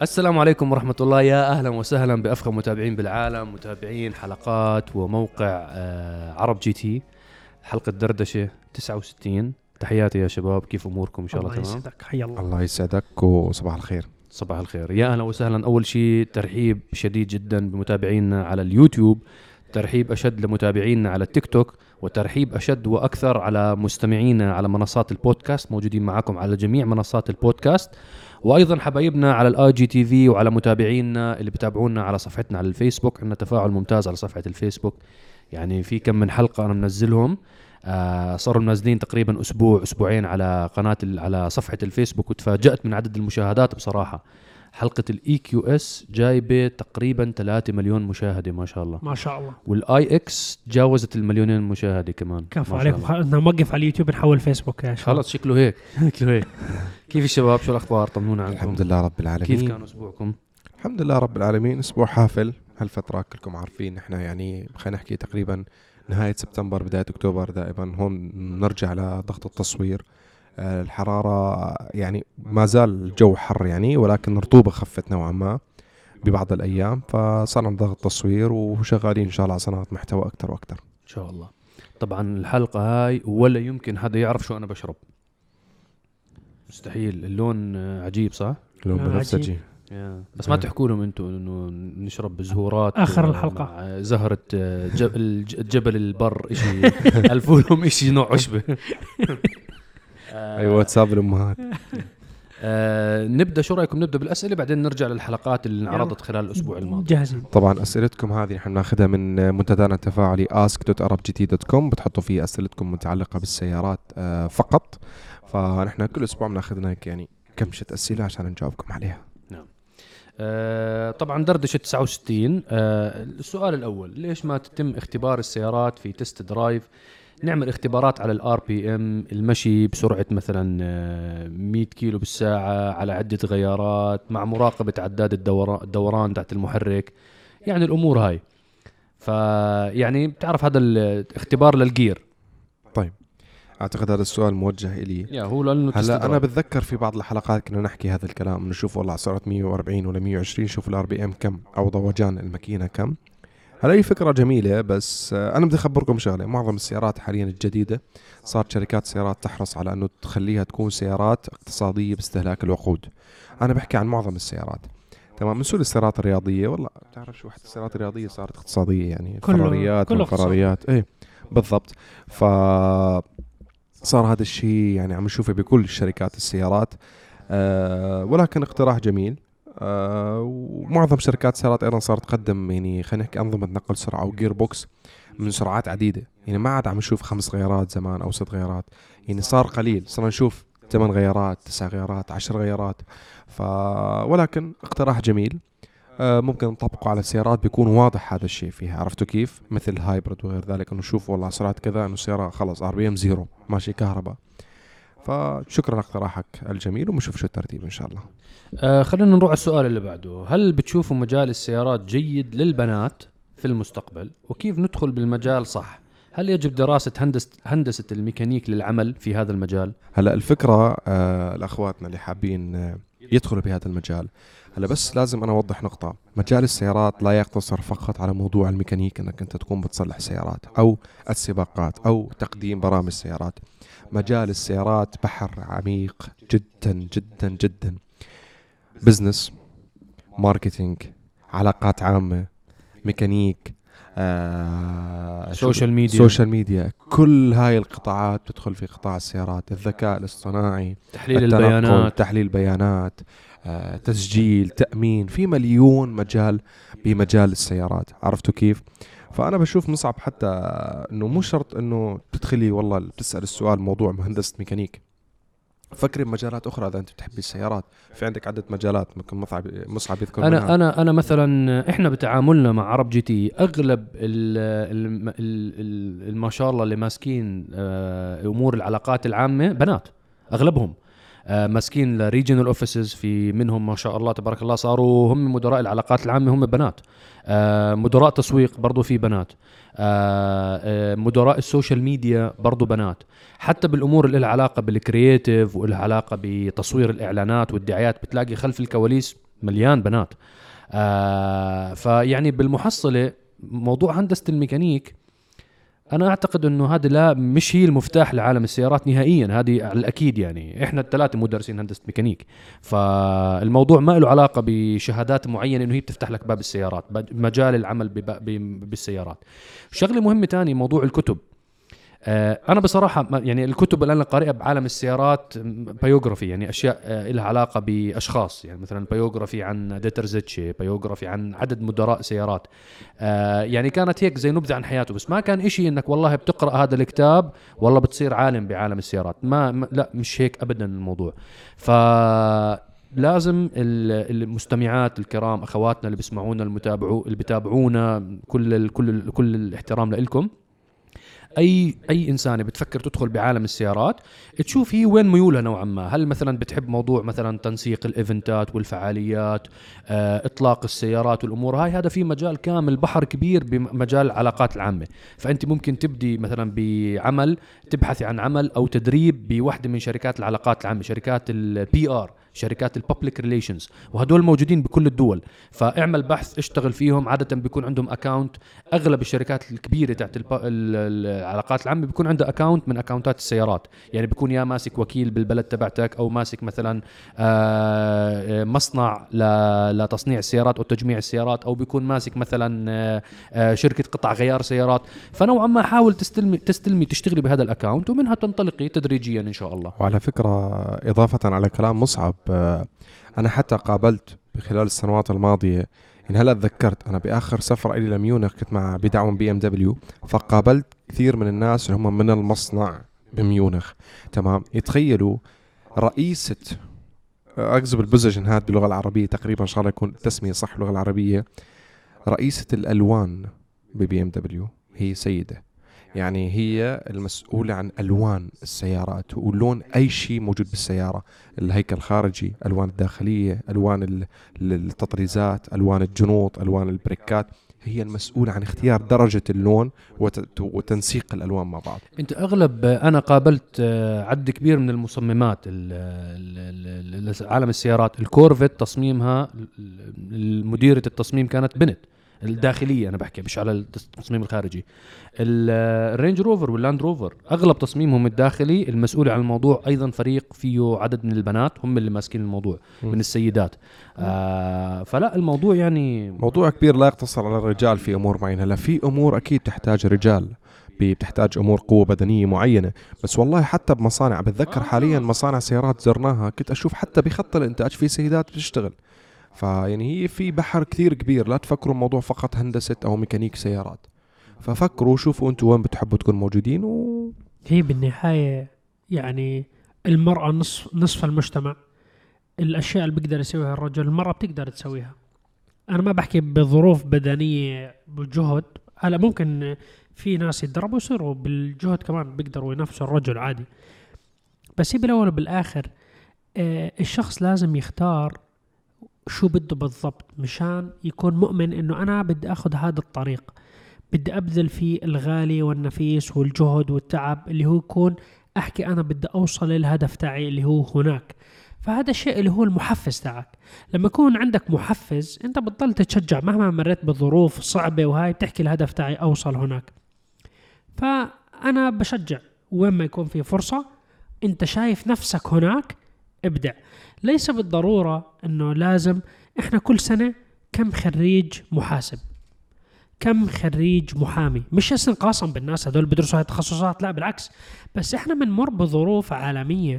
السلام عليكم ورحمة الله، يا أهلا وسهلا بأفخم متابعين بالعالم، متابعين حلقات وموقع عرب جي تي. حلقة دردشة 69. تحياتي يا شباب، كيف أموركم؟ إن شاء الله تمام. يسعدك، حي الله. الله يسعدك وصباح الخير. صباح الخير، يا أهلا وسهلا. أول شيء ترحيب شديد جدا بمتابعينا على اليوتيوب، ترحيب أشد لمتابعينا على التيك توك، وترحيب أشد وأكثر على مستمعينا على منصات البودكاست. موجودين معكم على جميع منصات البودكاست، وأيضا حبايبنا على الآي جي تي في، وعلى متابعينا اللي بتابعونا على صفحتنا على الفيسبوك. عندنا تفاعل ممتاز على صفحة الفيسبوك، يعني في كم من حلقة أنا منزلهم. صاروا منزلين تقريبا أسبوعين على قناة على صفحة الفيسبوك، وتفاجأت من عدد المشاهدات بصراحة. حلقة الإي كيو اس جايبة تقريبا 3 مليون مشاهدة، ما شاء الله ما شاء الله. والآي إكس جاوزت 2,000,000 مشاهدة كمان. كفو عليكم، بدنا نوقف على اليوتيوب نحول فيسبوك يا شباب. خلص شكله هيك. شكله هيك. كيف الشباب؟ شو الأخبار؟ طمنونا عنكم. الحمد لله رب العالمين. كيف كان أسبوعكم؟ الحمد لله رب العالمين. أسبوع حافل هالفترة، كلكم عارفين إحنا يعني خلينا نحكي تقريبا نهاية سبتمبر بداية أكتوبر دائما هون نرجع لضغط التصوير. الحرارة يعني ما زال الجو حر يعني، ولكن الرطوبة خفت نوعا ما ببعض الأيام، فصار عندنا ضغط تصوير وشغالين إن شاء الله على صناعة محتوى أكتر وأكتر إن شاء الله. طبعا الحلقة هاي ولا يمكن حدا يعرف شو أنا بشرب، مستحيل. اللون عجيب صح؟ لون بنفسجي. بس ما تحكوا لهم انتوا انه نشرب بزهورات آخر الحلقة مع زهرة جبل البر اشي الفولهم اشي نوع عشبة. أيوة، واتساب الأمهات. نبدأ، شو رأيكم نبدأ بالأسئلة بعدين نرجع للحلقات اللي انعرضت خلال الأسبوع الماضي؟ جاهزين طبعا أسئلتكم هذه نحن ناخذها من منتدانا التفاعلي ask.arabgt.com. بتحطوا فيه أسئلتكم متعلقة بالسيارات فقط، فنحن كل أسبوع بناخذ هيك يعني كمشة أسئلة عشان نجاوبكم عليها. نعم. طبعا دردشة 69. السؤال الأول، ليش ما تتم اختبار السيارات في تست درايف؟ نعمل اختبارات على الار بي ام، المشي بسرعة مثلا 100 كيلو بالساعة على عدة غيارات، مع مراقبة عداد الدوران تحت المحرك، يعني الأمور هاي. فيعني بتعرف هذا الاختبار للجير. طيب، أعتقد هذا السؤال موجه إلي. يا هو لأنه هلا أنا بتذكر في بعض الحلقات كنا نحكي هذا الكلام، نشوف والله على سرعة 140 ولا 120 شوف الار بي ام كم أو ضوجان الماكينة كم. هلا هي فكرة جميلة، بس أنا بدي أخبركم شغلة. معظم السيارات حاليا الجديدة صارت شركات سيارات تحرص على أنه تخليها تكون سيارات اقتصادية باستهلاك الوقود. أنا بحكي عن معظم السيارات، تمام. من سوق السيارات الرياضية، والله بتعرف شو، حتى السيارات الرياضية صارت اقتصادية، يعني الفراريات والفراريات. إيه بالضبط. صار هذا الشيء يعني عم نشوفه بكل الشركات السيارات. ولكن اقتراح جميل. ومعظم شركات السيارات أيضا صارت تقدم يعني خلينا نحكي أنظمة نقل سرعة أو جير بوكس من سرعات عديدة. يعني ما عاد عم نشوف 5 غيارات زمان أو 6 غيارات، يعني صار قليل، صرنا نشوف 8 غيارات 9 غيارات 10 غيارات. ولكن اقتراح جميل. ممكن نطبقه على السيارات، بيكون واضح هذا الشيء فيها، عرفتوا كيف؟ مثل الهايبرد وغير ذلك، انه نشوف والله سرعة كذا، انه السيارة خلص ار بي ام 0 ماشي كهرباء. فشكرا على اقتراحك الجميل، وبنشوف شو الترتيب ان شاء الله. خلينا نروح على السؤال اللي بعده. هل بتشوفوا مجال السيارات جيد للبنات في المستقبل؟ وكيف ندخل بالمجال صح؟ هل يجب دراسة هندسة الميكانيك للعمل في هذا المجال؟ هلا الفكرة الأخواتنا اللي حابين يدخلوا بهذا المجال، هلا بس لازم أنا أوضح نقطة. مجال السيارات لا يقتصر فقط على موضوع الميكانيك، أنك أنت تكون بتصلح سيارات أو السباقات أو تقديم برامج سيارات. مجال السيارات بحر عميق جدا جدا جدا. بزنس، ماركتينج، علاقات عامة، ميكانيك، سوشيال ميديا، كل هاي القطاعات تدخل في قطاع السيارات. الذكاء الاصطناعي، تحليل بيانات، تسجيل، تأمين، في مليون مجال بمجال السيارات، عرفتوا كيف؟ فأنا بشوف مصعب حتى أنه مو شرط أنه تدخلي والله بتسأل السؤال موضوع مهندسة ميكانيك. فكري بمجالات أخرى إذا أنت بتحبي السيارات، في عندك عدة مجالات ممكن مصعب يذكر منها. أنا مثلا إحنا بتعاملنا مع عرب جي تي أغلب ما شاء الله اللي ماسكين أمور العلاقات العامة بنات، أغلبهم ماسكين الريجنال اوفيسز، في منهم ما شاء الله تبارك الله صاروا هم مدراء العلاقات العامة، هم بنات. مدراء تسويق برضو في بنات. مدراء السوشيال ميديا برضو بنات. حتى بالأمور اللي لها علاقة بالكرياتيف واللي علاقة بتصوير الإعلانات والدعايات بتلاقي خلف الكواليس مليان بنات. فيعني بالمحصلة موضوع هندسة الميكانيك أنا أعتقد أنه هذا لا مش هي المفتاح لعالم السيارات نهائيا، هذه على الأكيد. يعني إحنا الثلاثة مدرسين هندسة ميكانيك، فالموضوع ما له علاقة بشهادات معينة أنه هي بتفتح لك باب السيارات، مجال العمل بالسيارات. شغلة مهمة تاني موضوع الكتب. أنا بصراحة يعني الكتب اللي أنا قارئها بعالم السيارات بايوغرافي، يعني أشياء لها علاقة بأشخاص، يعني مثلا بايوغرافي عن ديترزيتشي، بايوغرافي عن عدد مدراء سيارات. يعني كانت هيك زي نبذة عن حياته، بس ما كان إشي إنك والله بتقرأ هذا الكتاب والله بتصير عالم بعالم السيارات. لا مش هيك أبدا الموضوع. لازم المستمعات الكرام، أخواتنا اللي بيسمعونا، اللي بتابعونا، كل الاحترام لكم. اي انسانه بتفكر تدخل بعالم السيارات تشوف هي وين ميولها نوعا ما. هل مثلا بتحب موضوع مثلا تنسيق الايفنتات والفعاليات، اطلاق السيارات والامور هاي، هذا في مجال كامل، بحر كبير بمجال العلاقات العامه. فانت ممكن تبدي مثلا بعمل، تبحثي عن عمل او تدريب بواحده من شركات العلاقات العامه، شركات البي ار، شركات الببليك ريليشنز، وهدول موجودين بكل الدول. فاعمل بحث، اشتغل فيهم. عادة بيكون عندهم اكاونت، اغلب الشركات الكبيرة تاعت العلاقات العامة بيكون عندها اكاونت من اكاونتات السيارات. يعني بيكون يا ماسك وكيل بالبلد تبعتك، او ماسك مثلا مصنع لتصنيع السيارات او تجميع السيارات، او بيكون ماسك مثلا شركة قطع غيار سيارات. فنوعا ما حاول تستلمي تشتغلي بهذا الاكاونت، ومنها تنطلقي تدريجيا ان شاء الله. وعلى فكرة إضافة على كلام مصعب، أنا حتى قابلت بخلال السنوات الماضية، إن هلا تذكرت أنا بآخر سفر إلي لميونخ كنت مع بدعم BMW، فقابلت كثير من الناس اللي هم من المصنع بميونخ. تمام، يتخيلوا رئيسة أكذب البوزيشن هاد باللغة العربية تقريبا، إن شاء الله يكون التسمية صح باللغة العربية، رئيسة الألوان BMW هي سيدة. يعني هي المسؤولة عن ألوان السيارات ولون أي شيء موجود بالسيارة، الهيكل الخارجي، ألوان الداخلية، ألوان التطريزات، ألوان الجنوط، ألوان البريكات. هي المسؤولة عن اختيار درجة اللون وتنسيق الألوان مع بعض. انت اغلب انا قابلت عدد كبير من المصممات عالم السيارات. الكورفت تصميمها مديرة التصميم كانت بنت، الداخلية أنا بحكي مش على التصميم الخارجي. الرينج روفر واللاند روفر أغلب تصميمهم الداخلي المسؤول عن الموضوع أيضا فريق فيه عدد من البنات هم اللي ماسكين الموضوع من السيدات. فلا الموضوع يعني موضوع كبير، لا يقتصر على الرجال في أمور معينة، لا في أمور أكيد تحتاج رجال، بتحتاج أمور قوة بدنية معينة. بس والله حتى بمصانع، بتذكر حاليا مصانع سيارات زرناها كنت أشوف حتى بخط الإنتاج في سيدات بتشتغل. فيعني هي في بحر كثير كبير، لا تفكروا الموضوع فقط هندسة أو ميكانيك سيارات. ففكروا شوفوا أنتوا وين بتحبوا تكونوا موجودين هي بالنهاية يعني المرأة نصف المجتمع. الأشياء اللي بيقدر يسويها الرجل المرأة بتقدر تسويها. أنا ما بحكي بظروف بدنية بجهد، هلا ممكن في ناس يتدربوا يصيروا بالجهد كمان بيقدروا ينافسوا الرجل عادي. بس هي بالأول وبالآخر الشخص لازم يختار شو بده بالضبط، مشان يكون مؤمن انه انا بدي اخذ هذا الطريق، بدي ابذل فيه الغالي والنفيس والجهد والتعب اللي هو يكون احكي انا بدي اوصل للهدف تاعي اللي هو هناك. فهذا الشيء اللي هو المحفز تاعك. لما يكون عندك محفز انت بتضل تتشجع مهما مريت بظروف صعبة، وهاي بتحكي الهدف تاعي اوصل هناك. فانا بشجع وين ما يكون في فرصة انت شايف نفسك هناك ابدع. ليس بالضرورة انه لازم احنا كل سنة كم خريج محاسب، كم خريج محامي، مش استنقاصا بالناس هذول بدرسوا هاي التخصصات، لا بالعكس. بس احنا بنمر بظروف عالمية،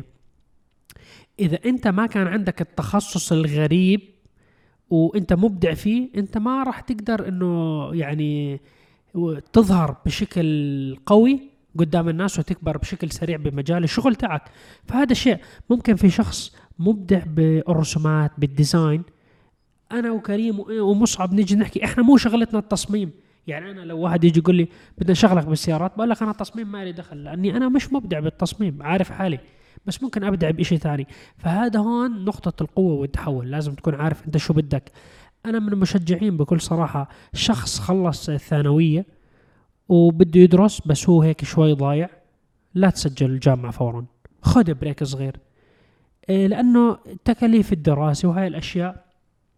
اذا انت ما كان عندك التخصص الغريب وانت مبدع فيه انت ما راح تقدر انه يعني تظهر بشكل قوي قدام الناس وتكبر بشكل سريع بمجال الشغل تاعك. فهذا الشيء ممكن في شخص مبدع بالرسومات بالديزاين، انا وكريم ومصعب نيجي نحكي احنا مو شغلتنا التصميم. يعني انا لو واحد يجي يقول لي بدنا نشغلك بالسيارات بقول لك انا التصميم ما لي دخل، لاني انا مش مبدع بالتصميم، عارف حالي، بس ممكن ابدع بشيء ثاني. فهذا هون نقطة القوة والتحول، لازم تكون عارف انت شو بدك. انا من المشجعين بكل صراحة شخص خلص الثانوية وبده يدرس بس هو هيك شوي ضايع، لا تسجل الجامعة فورا، خذ بريك صغير، لأنه تكاليف الدراسة وهاي الأشياء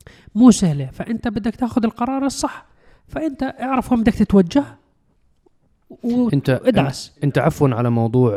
مو سهلة. فأنت بدك تاخذ القرار الصح، فأنت اعرف وين بدك تتوجه وادعس. انت عفوا على موضوع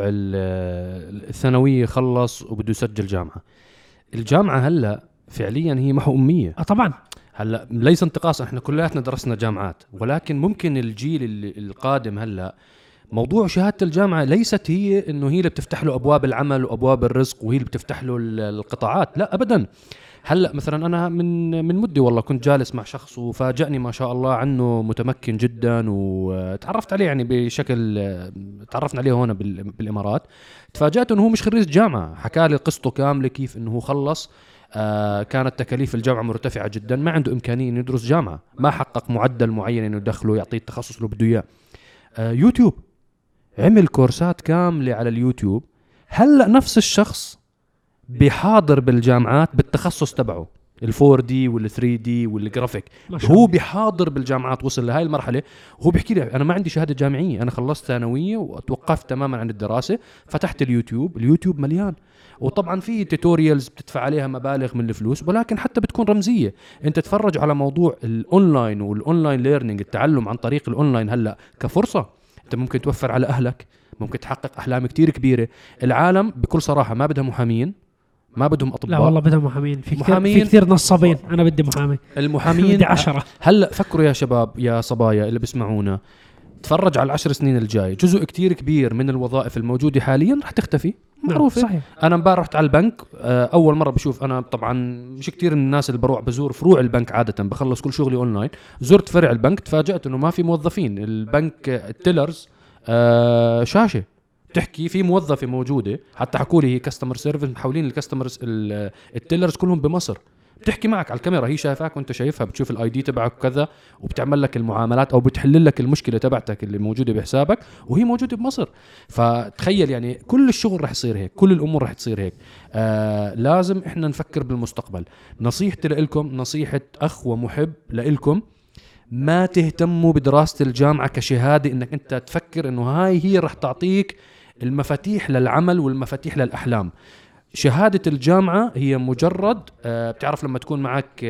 الثانوية خلص وبده يسجل جامعة. الجامعة هلا فعليا هي محو أمية. طبعا هلا ليس انتقاصا، احنا كلياتنا درسنا جامعات، ولكن ممكن الجيل القادم هلا موضوع شهادة الجامعة ليست هي انه هي اللي بتفتح له ابواب العمل وابواب الرزق وهي اللي بتفتح له القطاعات، لا ابدا. هلا مثلا انا من مدة والله كنت جالس مع شخص وفاجأني ما شاء الله عنه متمكن جدا، وتعرفت عليه يعني بشكل تعرفنا عليه هنا بالامارات. تفاجأت انه هو مش خريج جامعة، حكى لي قصته كاملة كيف انه هو خلص. كانت تكاليف الجامعة مرتفعة جدا، ما عنده إمكانية إنه يدرس جامعة، ما حقق معدل معين إنه يدخله يعطيه التخصص اللي بده إياه. يوتيوب، عمل كورسات كاملة على اليوتيوب. هلأ نفس الشخص بيحاضر بالجامعات بالتخصص تبعه، ال4D وال3D والجرافيك، هو بيحاضر بالجامعات، وصل لهاي المرحلة. هو بيحكي لي أنا ما عندي شهادة جامعية، أنا خلصت ثانوية وتوقفت تماما عن الدراسة، فتحت اليوتيوب مليان. وطبعا في توتوريالز بتدفع عليها مبالغ من الفلوس، ولكن حتى بتكون رمزية. انت تتفرج على موضوع الاونلاين والاونلاين ليرنينج، التعلم عن طريق الاونلاين هلأ كفرصة. انت ممكن توفر على اهلك، ممكن تحقق احلام كتير كبيرة. العالم بكل صراحة ما بدها محامين، ما بدهم اطباء. لا والله بدهم محامين. في كثير نصابين. انا بدي محامي. المحامين بدي 10. هلا فكروا يا شباب يا صبايا اللي بسمعونا، تفرج على 10 سنين الجاي، جزء كتير كبير من الوظائف الموجودة حاليا رح تختفي، معروفة. صحيح. أنا امبارح رحت على البنك، أول مرة بشوف. أنا طبعا مش كتير من الناس اللي بروح بزور فروع البنك عادة، بخلص كل شغلي أونلاين. زرت فرع البنك، تفاجأت إنه ما في موظفين. البنك التيلرز شاشة تحكي في موظفة موجودة، حتى حكوا لي هي كاستمر سيرفيس، محولين الكاستمرز التيلرز كلهم بمصر. بتحكي معك على الكاميرا، هي شايفاك وانت شايفها، بتشوف الاي دي تبعك وكذا، وبتعمل لك المعاملات او بتحل لك المشكله تبعتك اللي موجوده بحسابك، وهي موجوده بمصر. فتخيل يعني كل الشغل رح يصير هيك، كل الامور رح تصير هيك. لازم احنا نفكر بالمستقبل. نصيحتي لكم، نصيحه اخ ومحب لكم، ما تهتموا بدراسه الجامعه كشهاده انك انت تفكر انه هاي هي رح تعطيك المفاتيح للعمل والمفاتيح للاحلام. شهادة الجامعة هي مجرد بتعرف لما تكون معك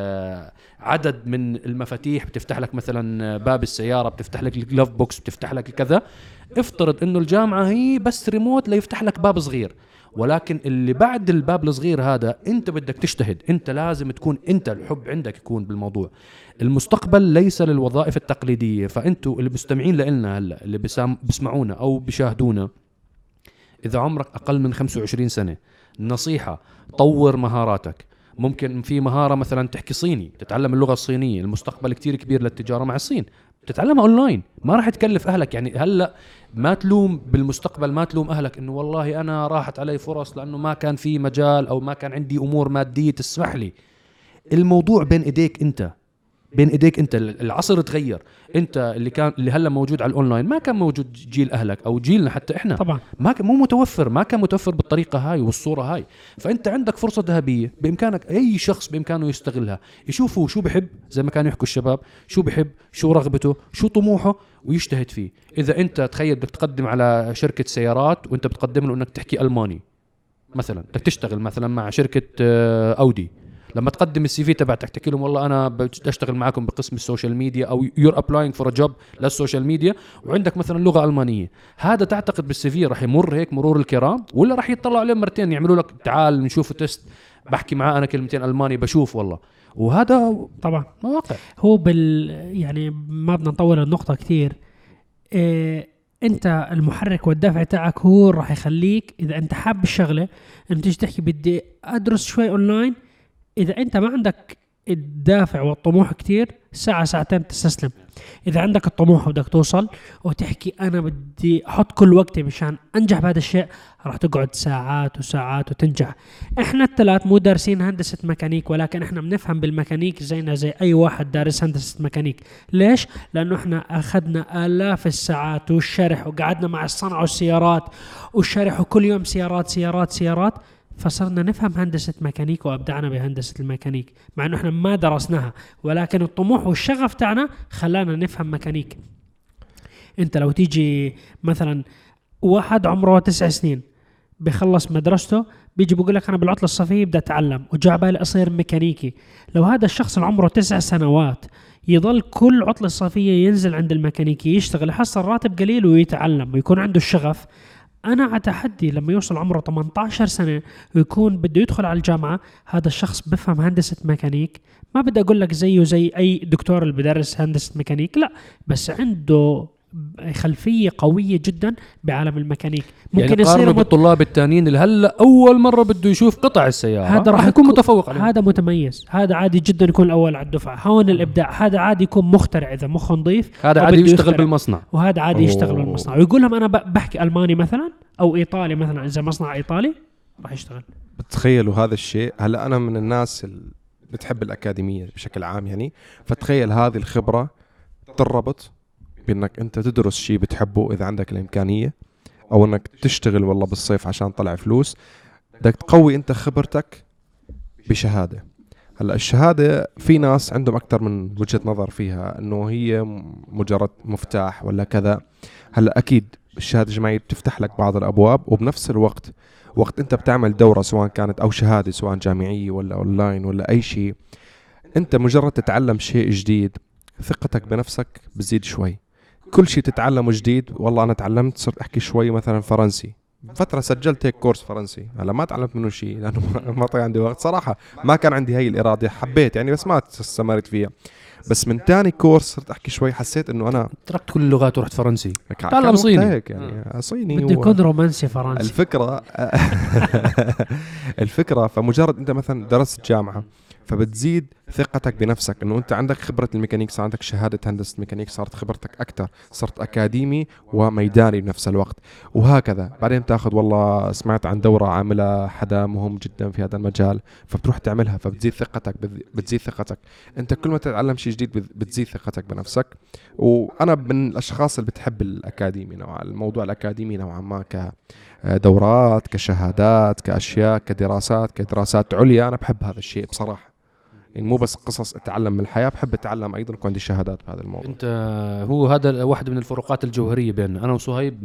عدد من المفاتيح، بتفتح لك مثلا باب السيارة، بتفتح لك الجلاف بوكس، بتفتح لك كذا. افترض انه الجامعة هي بس ريموت ليفتح لك باب صغير، ولكن اللي بعد الباب الصغير هذا انت بدك تجتهد. انت لازم تكون انت الحب عندك يكون بالموضوع. المستقبل ليس للوظائف التقليدية. فانتوا اللي مستمعين لنا هلا، اللي بسمعونا او بيشاهدونا، إذا عمرك أقل من 25 سنة، نصيحة طور مهاراتك. ممكن في مهارة مثلا تحكي صيني، تتعلم اللغة الصينية. المستقبل كتير كبير للتجارة مع الصين، تتعلمها أونلاين، ما راح تكلف أهلك. يعني هلأ ما تلوم بالمستقبل، ما تلوم أهلك إنه والله أنا راحت علي فرص لأنه ما كان في مجال أو ما كان عندي أمور مادية تسمح لي. الموضوع بين إيديك أنت، بين ايديك انت. العصر تغير. انت اللي هلا موجود على الاونلاين ما كان موجود جيل اهلك او جيلنا حتى احنا. طبعا ما كان متوفر، ما كان متوفر بالطريقه هاي والصوره هاي. فانت عندك فرصه ذهبيه بامكانك، اي شخص بامكانه يستغلها، يشوفه شو بحب، زي ما كانوا يحكوا الشباب، شو بحب، شو رغبته، شو طموحه، ويجتهد فيه. اذا انت تخيل بدك تقدم على شركه سيارات وانت بتقدم له انك تحكي الماني مثلا، بدك تشتغل مثلا مع شركه اودي، لما تقدم السي في تبعتك تحكي لهم والله انا بدي اشتغل معكم بقسم السوشيال ميديا، او يور ابلاينج فور ا جوب للسوشيال ميديا، وعندك مثلا لغه المانيه، هذا تعتقد بالسي في راح يمر هيك مرور الكرام، ولا راح يطلعوا عليه مرتين يعملوا لك تعال نشوف تيست، بحكي معاه انا كلمتين الماني بشوف والله. وهذا طبعا مواقع. هو يعني ما بدنا نطول النقطه كثير. انت المحرك والدافع تاعك هو راح يخليك، اذا انت حاب الشغله انت تيجي تحكي بدي ادرس شوي اونلاين. إذا أنت ما عندك الدافع والطموح كتير، ساعة ساعتين تستسلم. إذا عندك الطموح وبدك توصل وتحكي أنا بدي أحط كل وقتي مشان أنجح بهذا الشيء، راح تقعد ساعات وساعات وتنجح. إحنا الثلاث مو دارسين هندسة ميكانيك، ولكن إحنا بنفهم بالميكانيك زينا زي أي واحد دارس هندسة ميكانيك. ليش؟ لأنه إحنا أخذنا آلاف الساعات والشرح، وقعدنا مع الصنعة والسيارات والشرح، وكل يوم سيارات سيارات سيارات، فصرنا نفهم هندسة ميكانيك وأبدعنا بهندسة الميكانيك، مع أنه إحنا ما درسناها، ولكن الطموح والشغف تاعنا خلانا نفهم ميكانيك. أنت لو تيجي مثلا واحد عمره 9 سنين بيخلص مدرسته بيجي بيقول لك أنا بالعطلة الصيفية بدي أتعلم وجاء بالي أصير ميكانيكي. لو هذا الشخص اللي عمره 9 سنوات يضل كل عطلة صيفية ينزل عند الميكانيكي يشتغل يحصل راتب قليل ويتعلم ويكون عنده الشغف، أنا على تحدي لما يوصل عمره 18 سنة ويكون بده يدخل على الجامعة هذا الشخص بفهم هندسة ميكانيك. ما بدي أقول لك زيه زي أي دكتور اللي بدرس هندسة ميكانيك، لا، بس عنده خلفية قوية جدا بعالم الميكانيك. ممكن يعني يصير بالطلاب التانيين اللي هلا أول مرة بده يشوف قطع السيارة، هذا راح يكون متفوق عليه. هذا متميز، هذا عادي جدا يكون الأول على الدفعة. هون الإبداع، هذا عادي يكون مخترع إذا مخه نظيف، هذا عادي يشتغل بالمصنع، وهذا عادي يشتغل بالمصنع ويقول لهم أنا بحكي ألماني مثلا أو إيطالي مثلا، إذا مصنع إيطالي راح يشتغل. بتخيلوا هذا الشيء. هلا أنا من الناس اللي بتحب الأكاديمية بشكل عام يعني، فتخيل هذه الخبرة تربط بأنك أنت تدرس شيء بتحبه إذا عندك الإمكانية، أو أنك تشتغل والله بالصيف عشان طلع فلوس. بدك تقوي أنت خبرتك بشهادة. هلا الشهادة في ناس عندهم أكثر من وجهة نظر فيها، أنه هي مجرد مفتاح ولا كذا. هلا أكيد الشهادة الجامعية بتفتح لك بعض الأبواب، وبنفس الوقت وقت أنت بتعمل دورة سواء كانت أو شهادة سواء جامعية ولا أونلاين ولا أي شيء، أنت مجرد تتعلم شيء جديد ثقتك بنفسك بتزيد شوي. كل شيء تتعلمه جديد، والله أنا تعلمت صرت أحكي شوي مثلا فرنسي، فترة سجلت هيك كورس فرنسي، هلا ما تعلمت منه شيء لأنه ما طلع عندي وقت صراحة، ما كان عندي هاي الإرادة، حبيت يعني بس ما استمرت فيها. بس من تاني كورس صرت أحكي شوي، حسيت إنه أنا تركت كل اللغات ورحت فرنسي، تعلم صيني هيك يعني صيني. بدي يكون رومانسي فرنسي. الفكرة فمجرد أنت مثلا درست جامعة فبتزيد ثقتك بنفسك، انه انت عندك خبرة الميكانيك، صار عندك شهادة هندسة ميكانيك، صارت خبرتك اكثر، صرت اكاديمي وميداني بنفس الوقت، وهكذا. بعدين تاخذ والله سمعت عن دورة عاملة حدا مهم جدا في هذا المجال، فبتروح تعملها، فبتزيد ثقتك بتزيد ثقتك. انت كل ما تتعلم شيء جديد بتزيد ثقتك بنفسك. وانا من الاشخاص اللي بتحب الاكاديمي، الموضوع الاكاديمي نوعا ما، كدورات كشهادات كاشياء كدراسات عليا. انا بحب هذا الشيء بصراحة، يعني مو بس قصص اتعلم من الحياه، بحب اتعلم ايضا يكون عندي شهادات بهذا الموضوع. انت هو هذا واحد من الفروقات الجوهريه بيننا انا وصهيب.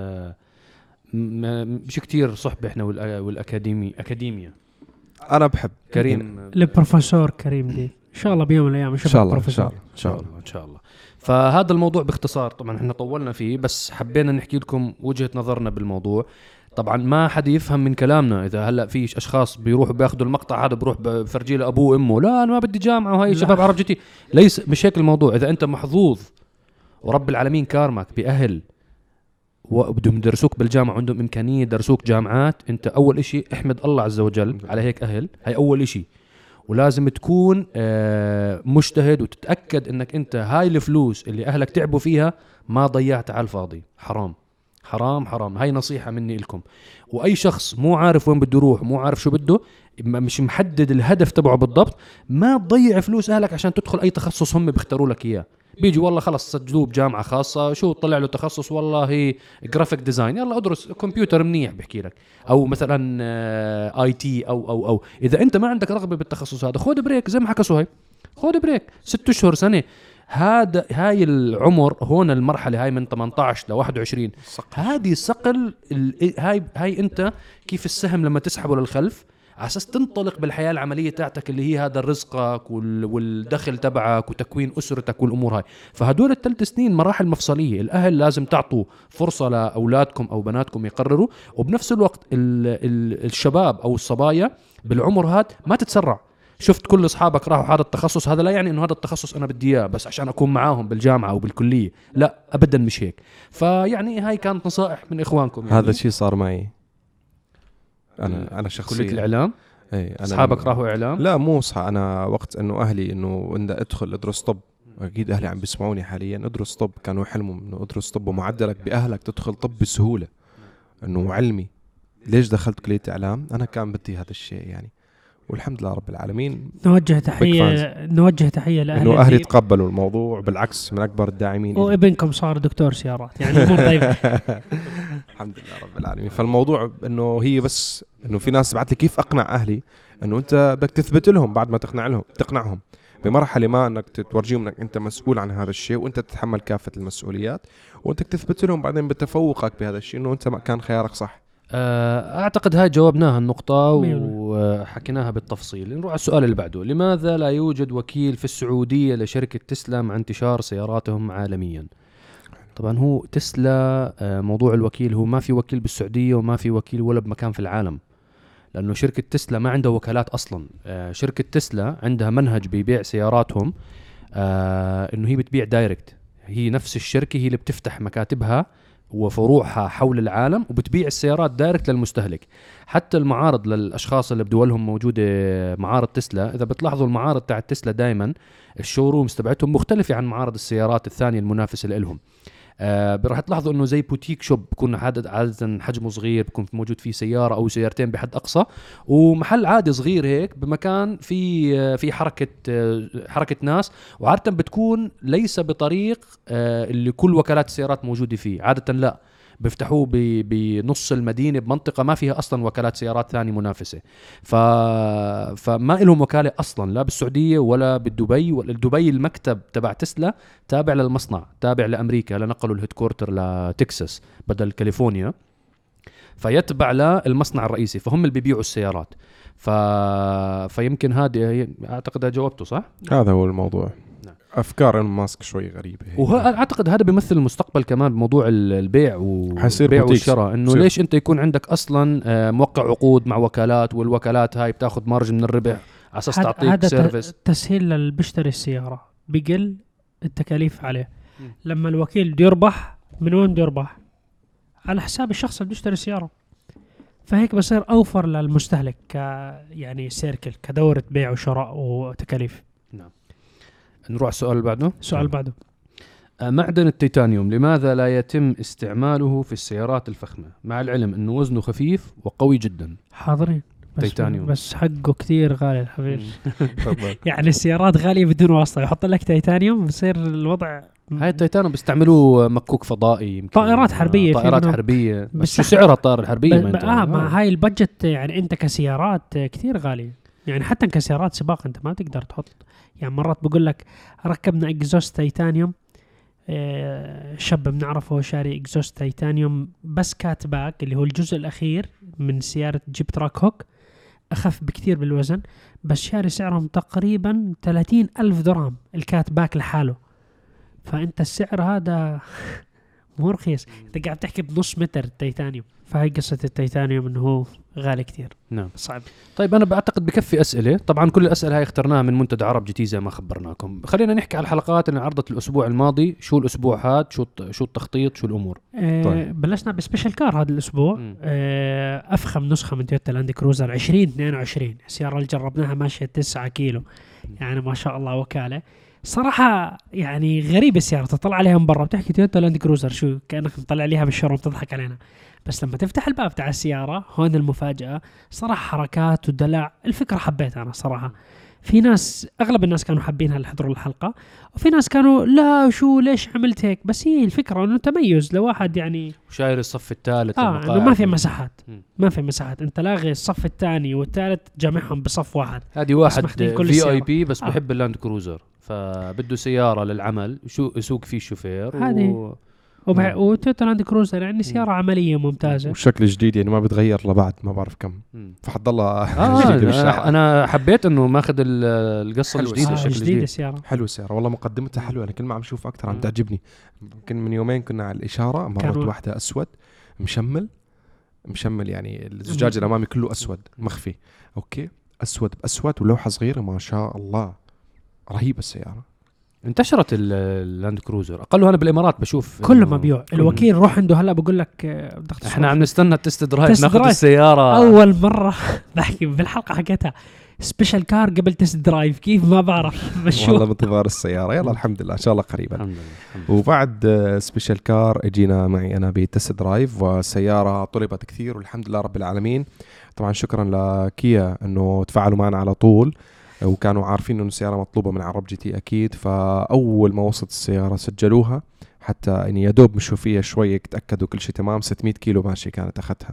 مش كتير صحبه احنا اكاديميا. انا بحب كريم البروفيسور كريم دي ان شاء الله بيوم من الايام ان شاء الله ان شاء الله. فهذا الموضوع باختصار، طبعا احنا طولنا فيه بس حبينا نحكي لكم وجهه نظرنا بالموضوع. طبعا ما حد يفهم من كلامنا اذا هلا في اشخاص بيروحوا بياخذوا المقطع هذا بروح بفرجي له ابوه وامه، لا انا ما بدي جامعه وهي شباب عرب جتي. ليس مش هيك الموضوع. اذا انت محظوظ ورب العالمين كارمك باهل وبدهم يدرسوك بالجامعه عندهم امكانيه يدرسوك جامعات، انت اول إشي احمد الله عز وجل على هيك اهل. هاي اول إشي. ولازم تكون مجتهد وتتاكد انك انت هاي الفلوس اللي اهلك تعبوا فيها ما ضيعتها على الفاضي. حرام حرام حرام. هاي نصيحة مني لكم. وأي شخص مو عارف وين بده يروح، مو عارف شو بده، مش محدد الهدف تبعه بالضبط، ما تضيع فلوس أهلك عشان تدخل أي تخصص هم بيختاروا لك إياه. بيجي والله خلص سجلوه بجامعة خاصة، شو طلع له تخصص والله جرافيك ديزاين، يلا ادرس كمبيوتر منيح بحكي لك، أو مثلا اي تي أو إذا أنت ما عندك رغبة بالتخصص هذا خود بريك زي ما حكى صهيب، خود بريك 6 أشهر سنة. هاي العمر هون المرحلة هاي من 18 ل 21 هذه صقل هاي انت كيف السهم لما تسحبه للخلف على اساس تنطلق بالحياة العملية تاعتك اللي هي هذا رزقك والدخل تبعك وتكوين أسرتك والأمور هاي. فهدول ال3 سنين مراحل مفصلية، الأهل لازم تعطوا فرصة لأولادكم أو بناتكم يقرروا، وبنفس الوقت الشباب أو الصبايا بالعمر هاد ما تتسرع. شفت كل أصحابك راحوا هذا التخصص، هذا لا يعني إنه هذا التخصص أنا بدي إياه بس عشان أكون معاهم بالجامعة أو بالكلية، لا أبدا مش هيك. فيعني هاي كانت نصائح من إخوانكم يعني. هذا الشيء صار معي أنا شخصيا. كلية الإعلام أصحابك راحوا إعلام؟ لا مو صح. أنا وقت إنه أهلي إنه أدخل أدرس طب، أكيد أهلي عم بيسمعوني حاليا، أدرس طب، كانوا يحلموا إنه أدرس طب ومعدلك بأهلك تدخل طب بسهولة إنه علمي. ليش دخلت كلية إعلام؟ أنا كان بدي هذا الشيء يعني، والحمد لله رب العالمين. نوجه تحية لأهل إنه أهلي تقبلوا الموضوع، بالعكس من أكبر الداعمين. وابنكم صار دكتور سيارات يعني مو طيب. الحمد لله رب العالمين. فالموضوع إنه هي بس إنه في ناس بعت لي كيف أقنع أهلي إنه أنت بدك تثبت لهم بعد ما تقنعهم بمرحلة ما إنك تورجيهم إنك أنت مسؤول عن هذا الشيء وأنت تتحمل كافة المسؤوليات، وأنت تثبت لهم بعدين بتفوقك بهذا الشيء إنه أنت ما كان خيارك صح. أعتقد هاي جاوبناها النقطة 100%. وحكيناها بالتفصيل. نروح على السؤال اللي بعده. لماذا لا يوجد وكيل في السعودية لشركة تسلا مع انتشار سياراتهم عالميا؟ طبعا هو تسلا موضوع الوكيل، هو ما في وكيل بالسعودية وما في وكيل ولا بمكان في العالم، لأنه شركة تسلا ما عندها وكالات أصلا. شركة تسلا عندها منهج بيبيع سياراتهم إنه هي بتبيع دايركت. هي نفس الشركة هي اللي بتفتح مكاتبها وفروعها حول العالم وبتبيع السيارات دايركت للمستهلك. حتى المعارض للأشخاص اللي بدولهم موجودة معارض تسلا، إذا بتلاحظوا المعارض تاع تسلا دايما الشورومز تبعتهم مختلفة عن معارض السيارات الثانية المنافسة لهم. راح تلاحظوا انه زي بوتيك شوب، بكون عادة حجمه صغير، بكون موجود فيه سيارة او سيارتين بحد اقصى، ومحل عادي صغير هيك بمكان في حركة ناس، وعادة بتكون ليس بطريق اللي كل وكالات السيارات موجودة فيه. عادة لا، بيفتحوه بنص المدينة بمنطقة ما فيها أصلا وكالات سيارات ثانية منافسة. فما لهم وكالة أصلا لا بالسعودية ولا بالدبي. دبي المكتب تبع تسلا تابع للمصنع، تابع لأمريكا، لنقلوا الهيدكورتر لتكساس بدل كاليفورنيا، فيتبع للمصنع الرئيسي، فهم اللي بيبيعوا السيارات. فيمكن هذه أعتقد جاوبته صح؟ هذا هو الموضوع. نعم. أفكار إيلون ماسك شوي غريبة. وأعتقد هذا بيمثل المستقبل كمان بموضوع البيع حيصير والشراء، إنه ليش أنت يكون عندك أصلا موقع عقود مع وكالات، والوكالات هاي بتاخد مارج من الربح على أساس تعطيك سيرفيس. تسهيل اللي بيشتري السيارة، بقل التكاليف عليه. لما الوكيل بده يربح، من وين بده يربح؟ على حساب الشخص اللي بيشتري السيارة. فهيك بصير أوفر للمستهلك يعني سيركل كدورة بيع وشراء وتكاليف. نعم. نروح على السؤال اللي بعده. السؤال بعده. معدن التيتانيوم لماذا لا يتم استعماله في السيارات الفخمة، مع العلم أنه وزنه خفيف وقوي جدا؟ حاضرين. تيتانيوم. بس حقه كتير غالي الحبيب. يعني السيارات غالية بدون واسطة، يحط لك تيتانيوم بصير الوضع. هاي التيتانيوم بيستعملوه مكوك فضائي، يمكن طائرات حربية. طائرات حربية. بس شو سعرها الطائرة الحربية؟ ما هاي البادجت يعني انت كسيارات كتير غالية. يعني حتى كسيارات سباق انت ما تقدر تحط. يعني مرات بقول لك ركبنا اكزوست تيتانيوم، شاب بنعرفه شاري اكزوست تيتانيوم بس كات باك اللي هو الجزء الاخير من سيارة جيب تراك هوك، اخف بكتير بالوزن، بس شاري سعرهم تقريبا 30,000 درهم الكات باك لحاله. فانت السعر هذا مو رخيص، انت قاعد تحكي بنص متر تيتانيوم. فهي قصة التيتانيوم انه هو غالي كتير. نعم. صعب. طيب أنا بعتقد بكفي أسئلة. طبعا كل الأسئلة هاي اخترناها من منتدى عرب جي تي زي ما خبرناكم. خلينا نحكي على الحلقات اللي عرضت الأسبوع الماضي. شو الأسبوع هاد، شو التخطيط، شو الأمور؟ طيب. بلشنا بسبيشال كار هذا الأسبوع. أفخم نسخة من تويوتا لاند كروزر 2022. السيارة اللي جربناها ماشية 9 كيلو، يعني ما شاء الله وكالة. صراحة يعني غريبة السيارة، تطلع عليها من برا بتحكي تويوتا لاند كروزر، شو كأنك مطلع عليها بالشوروم تضحك علينا. بس لما تفتح الباب تاع السيارة هون المفاجأة. صراحة حركات ودلع، الفكرة حبيتها أنا صراحة. في ناس، أغلب الناس كانوا حابينها اللي حضروا الحلقة، وفي ناس كانوا لا شو ليش عملت هيك. بس هي الفكرة إنه تميز لواحد يعني شاير الصف الثالث إنه ما في مساحات. ما في مساحات، أنت لاغي الصف الثاني والثالث جمعهم بصف واحد. هذه واحد VIP بس بحب اللاند كروزر، فبده سيارة للعمل شو يسوق فيه الشوفير وتويوتا لاند كروزر يعني سيارة عملية ممتازة وشكل جديد، يعني ما بتغير لبعد ما بعرف كم. فحد الله جديد بالشارع. أنا حبيت إنه ماخذ القصة الجديدة، الشكل الجديد. السيارة حلوة السيارة والله، مقدمتها حلوة. أنا كل ما عم شوف أكتر عم تعجبني. يمكن من يومين كنا على الإشارة، مرت واحدة أسود مشمل يعني الزجاج الأمامي كله أسود مخفي. أوكي، أسود بأسود ولوحة صغيرة، ما شاء الله رهيبة السيارة. انتشرت اللاند كروزر، اقله انا بالامارات بشوف كله مبيوع. الوكيل روح عنده هلا بقول لك احنا عم نستنى التست درايف ناخذ السياره اول مره. بحكي بالحلقه حكيتها سبيشال كار قبل تست درايف، كيف ما بعرف. بشوف والله بانتظار السياره. يلا الحمد لله ان شاء الله قريبا. الحمد لله. وبعد سبيشال كار اجينا معي انا بتست درايف، والسياره طلبت كثير والحمد لله رب العالمين. طبعا شكرا لكيا انه تفاعلوا معنا على طول، وكانوا عارفين انه السياره مطلوبه من عرب جي تي اكيد. فاول ما وصلت السياره سجلوها، حتى اني يا دوب مشوا فيها شوي تاكدوا كل شيء تمام. 600 كيلو ماشي كانت اخذتها.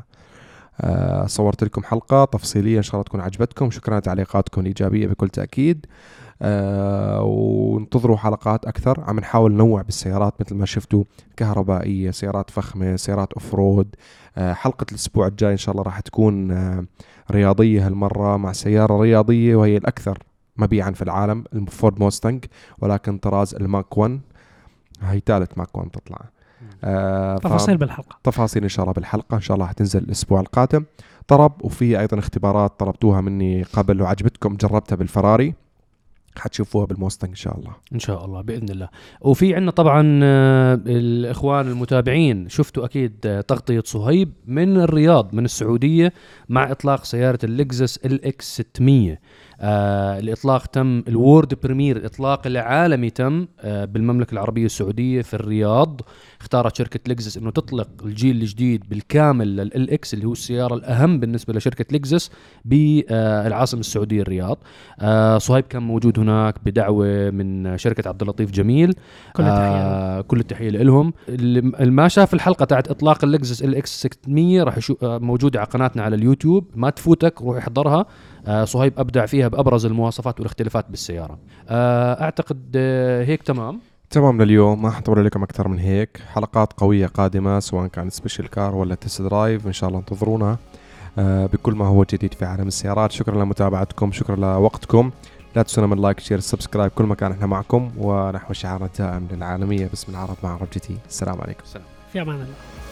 صورت لكم حلقه تفصيليه ان شاء الله تكون عجبتكم. شكرا على تعليقاتكم الايجابيه بكل تاكيد. وانتظروا حلقات أكثر. عم نحاول ننوع بالسيارات مثل ما شفتوا، كهربائية، سيارات فخمة، سيارات أوفرود. حلقة الأسبوع الجاي إن شاء الله راح تكون رياضية هالمرة، مع سيارة رياضية وهي الأكثر مبيعا في العالم، الفورد موستنج، ولكن طراز الماك 1. هي ثالث ماك 1 تطلع. تفاصيل بالحلقة، تفاصيل إن شاء الله بالحلقة، إن شاء الله هتنزل الأسبوع القادم. طرب، وفي أيضا اختبارات طلبتوها مني قبل وعجبتكم، جربتها بالفراري، حتشوفوها بالموستنج إن شاء الله. ان شاء الله باذن الله. وفي عندنا طبعا الاخوان المتابعين شفتوا اكيد تغطيه صهيب من الرياض من السعوديه مع اطلاق سياره اللكزس LX 600. الإطلاق تم، الوورد بريمير، الإطلاق العالمي تم بالمملكة العربية السعودية في الرياض. اختارت شركة لكزس إنه تطلق الجيل الجديد بالكامل للLX اللي هو السيارة الأهم بالنسبة لشركة لكزس بالعاصمة السعودية الرياض. صهيب كان موجود هناك بدعوة من شركة عبد اللطيف جميل. كل التحية لهم. اللي ما شاف الحلقة تاعت إطلاق اللكزس LX 600 راح يشوف موجودة على قناتنا على اليوتيوب، ما تفوتك، روح احضرها. صهيب أبدع فيها بأبرز المواصفات والاختلافات بالسيارة. أعتقد هيك تمام لليوم. ما حطول لكم أكثر من هيك. حلقات قوية قادمة سواء كان سبيشال كار ولا تست درايف، إن شاء الله انتظرونا بكل ما هو جديد في عالم السيارات. شكرا لمتابعتكم، شكرا لوقتكم. لا تنسونا من لايك، شير، سبسكرايب كل مكان احنا معكم، ونحو شعارنا الدائم للعالمية باسم العرب مع عرب GT. السلام عليكم. في أمان الله.